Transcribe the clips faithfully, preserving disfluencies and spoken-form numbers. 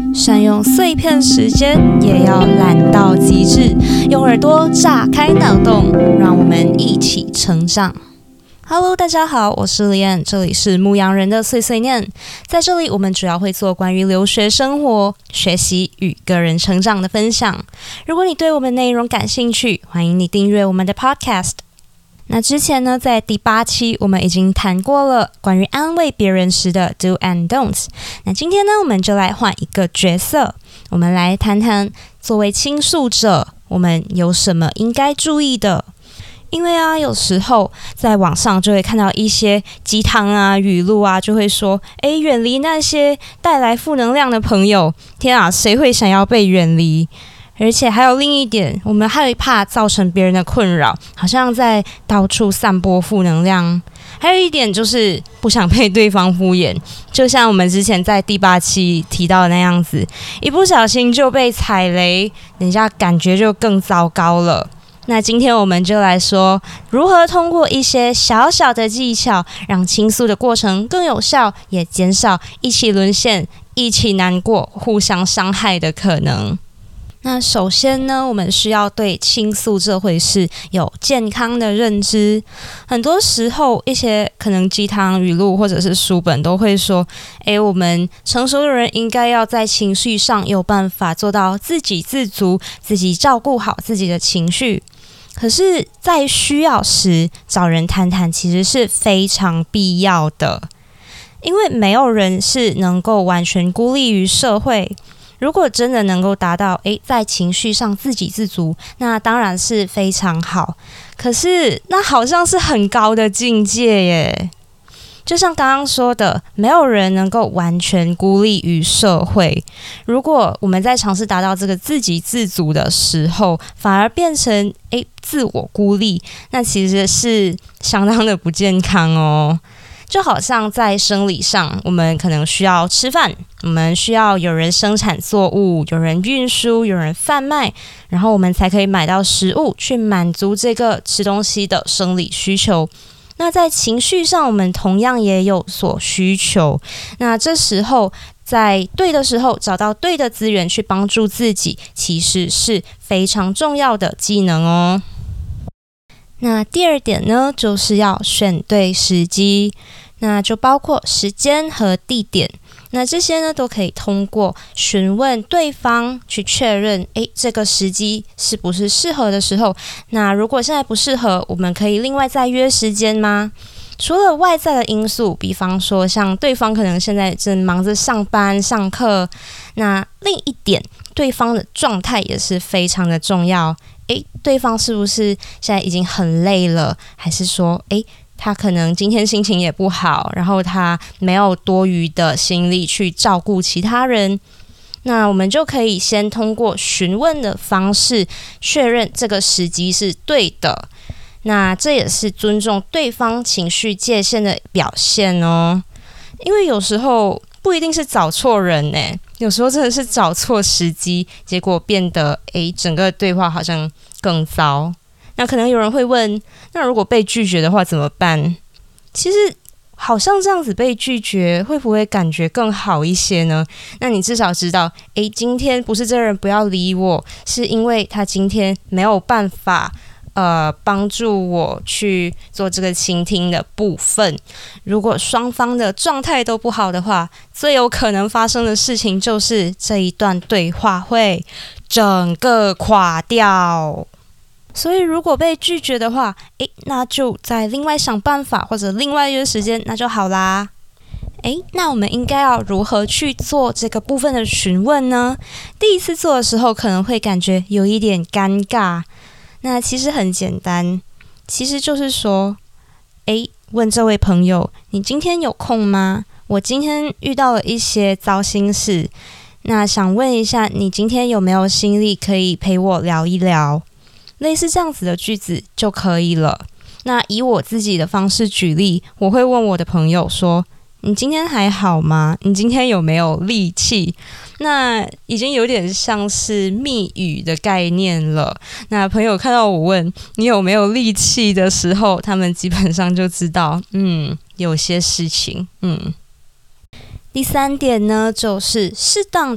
善用碎片时间，也要懒到极致，用耳朵炸开脑洞，让我们一起成长。Hello， 大家好，我是李安，这里是牧羊人的碎碎念。在这里，我们主要会做关于留学生活、学习与个人成长的分享。如果你对我们内容感兴趣，欢迎你订阅我们的 Podcast。那之前呢，在第八期我们已经谈过了关于安慰别人时的 do and don'ts。那今天呢，我们就来换一个角色，我们来谈谈作为倾诉者，我们有什么应该注意的。因为啊，有时候在网上就会看到一些鸡汤啊、语录啊，就会说，诶，远离那些带来负能量的朋友。天啊，谁会想要被远离？而且还有另一点，我们害怕造成别人的困扰，好像在到处散播负能量。还有一点就是不想被对方敷衍，就像我们之前在第八期提到的那样子，一不小心就被踩雷，人家感觉就更糟糕了。那今天我们就来说，如何通过一些小小的技巧，让倾诉的过程更有效，也减少一起沦陷、一起难过、互相伤害的可能。那首先呢，我们需要对倾诉这回事有健康的认知。很多时候，一些可能鸡汤语录或者是书本都会说，诶，我们成熟的人应该要在情绪上有办法做到自给自足，自己照顾好自己的情绪。可是，在需要时找人谈谈，其实是非常必要的，因为没有人是能够完全孤立于社会。如果真的能够达到诶在情绪上自给自足，那当然是非常好。可是那好像是很高的境界耶。就像刚刚说的，没有人能够完全孤立于社会。如果我们在尝试达到这个自给自足的时候，反而变成诶自我孤立，那其实是相当的不健康哦。就好像在生理上，我们可能需要吃饭，我们需要有人生产作物，有人运输，有人贩卖，然后我们才可以买到食物，去满足这个吃东西的生理需求。那在情绪上，我们同样也有所需求。那这时候，在对的时候找到对的资源去帮助自己，其实是非常重要的技能哦。那第二点呢，就是要选对时机，那就包括时间和地点。那这些呢，都可以通过询问对方去确认，诶，这个时机是不是适合的时候。那如果现在不适合，我们可以另外再约时间吗？除了外在的因素，比方说像对方可能现在正忙着上班上课，那另一点，对方的状态也是非常的重要。诶，对方是不是现在已经很累了？还是说，诶，他可能今天心情也不好，然后他没有多余的心力去照顾其他人？那我们就可以先通过询问的方式确认这个时机是对的。那这也是尊重对方情绪界限的表现哦。因为有时候不一定是找错人耶，有时候真的是找错时机，结果变得诶整个对话好像更糟。那可能有人会问，那如果被拒绝的话怎么办？其实好像这样子被拒绝，会不会感觉更好一些呢？那你至少知道，诶，今天不是这个人不要理我，是因为他今天没有办法呃，帮助我去做这个倾听的部分。如果双方的状态都不好的话，最有可能发生的事情就是这一段对话会整个垮掉。所以如果被拒绝的话，诶，那就再另外想办法，或者另外约时间，那就好啦。诶，那我们应该要如何去做这个部分的询问呢？第一次做的时候可能会感觉有一点尴尬。那其实很简单，其实就是说，诶，问这位朋友，你今天有空吗？我今天遇到了一些糟心事，那想问一下，你今天有没有心力可以陪我聊一聊？类似这样子的句子就可以了。那以我自己的方式举例，我会问我的朋友说，你今天还好吗？你今天有没有力气？那已经有点像是密语的概念了。那朋友看到我问你有没有力气的时候，他们基本上就知道，嗯，有些事情，嗯。第三点呢，就是适当的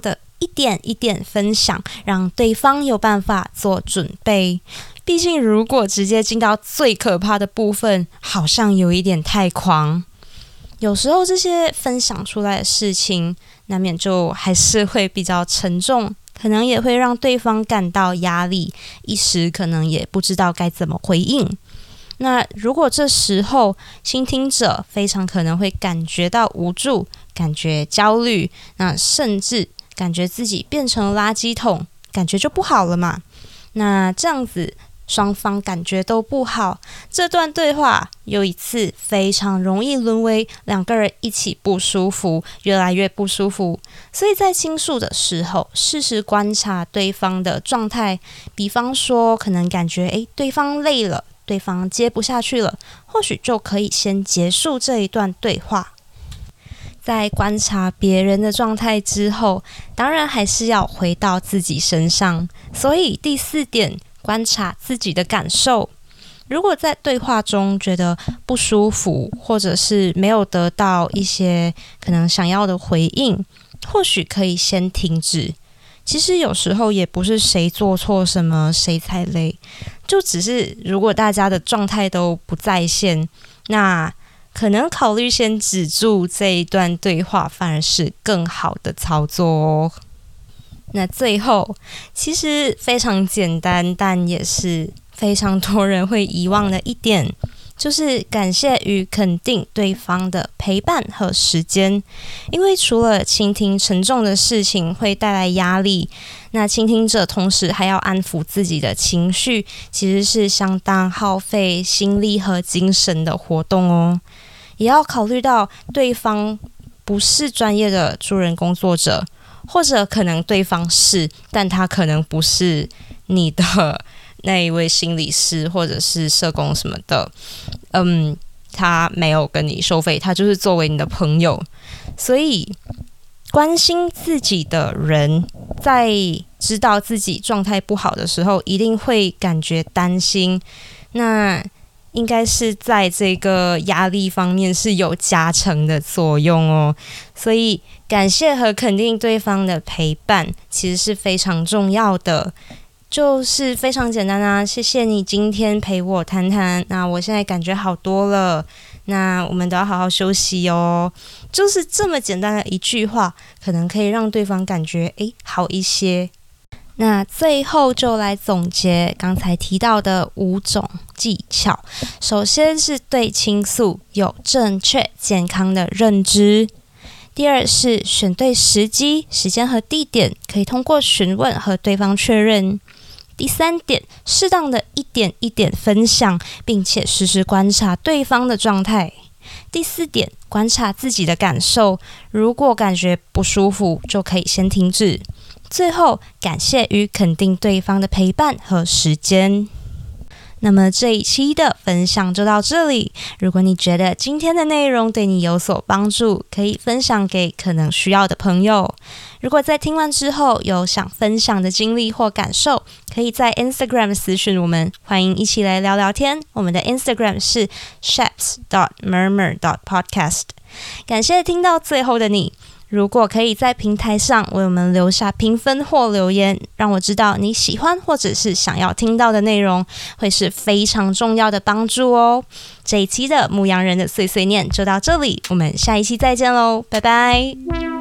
一点一点分享，让对方有办法做准备。毕竟如果直接进到最可怕的部分，好像有一点太狂。有时候这些分享出来的事情，难免就还是会比较沉重，可能也会让对方感到压力，一时可能也不知道该怎么回应。那如果这时候倾听者非常可能会感觉到无助，感觉焦虑，那甚至感觉自己变成垃圾桶，感觉就不好了嘛。那这样子双方感觉都不好，这段对话又一次非常容易沦为两个人一起不舒服，越来越不舒服。所以在倾诉的时候，适时观察对方的状态，比方说可能感觉诶对方累了，对方接不下去了，或许就可以先结束这一段对话。在观察别人的状态之后，当然还是要回到自己身上。所以第四点，观察自己的感受。如果在对话中觉得不舒服，或者是没有得到一些可能想要的回应，或许可以先停止。其实有时候也不是谁做错什么，谁才累，就只是如果大家的状态都不在线，那可能考虑先止住这一段对话，反而是更好的操作哦。那最后，其实非常简单，但也是非常多人会遗忘的一点，就是感谢与肯定对方的陪伴和时间。因为除了倾听沉重的事情会带来压力，那倾听者同时还要安抚自己的情绪，其实是相当耗费心力和精神的活动哦。也要考虑到对方不是专业的助人工作者，或者可能对方是，但他可能不是你的那一位心理师或者是社工什么的，嗯，他没有跟你收费，他就是作为你的朋友。所以关心自己的人，在知道自己状态不好的时候，一定会感觉担心，那应该是在这个压力方面是有加成的作用哦。所以感谢和肯定对方的陪伴其实是非常重要的，就是非常简单啊，谢谢你今天陪我谈谈，那我现在感觉好多了，那我们都要好好休息哦。就是这么简单的一句话，可能可以让对方感觉诶好一些。那最后就来总结刚才提到的五种技巧。首先是对倾诉有正确健康的认知，第二是选对时机、时间和地点，可以通过询问和对方确认。第三点，适当的一点一点分享，并且时时观察对方的状态。第四点，观察自己的感受，如果感觉不舒服，就可以先停止。最后，感谢与肯定对方的陪伴和时间。那么这一期的分享就到这里。如果你觉得今天的内容对你有所帮助，可以分享给可能需要的朋友。如果在听完之后有想分享的经历或感受，可以在 Instagram 私讯我们，欢迎一起来聊聊天。我们的 Instagram 是 shaps dot murmur dot podcast。感谢听到最后的你。如果可以在平台上为我们留下评分或留言，让我知道你喜欢或者是想要听到的内容，会是非常重要的帮助哦。这一期的牧羊人的碎碎念就到这里，我们下一期再见喽，拜拜。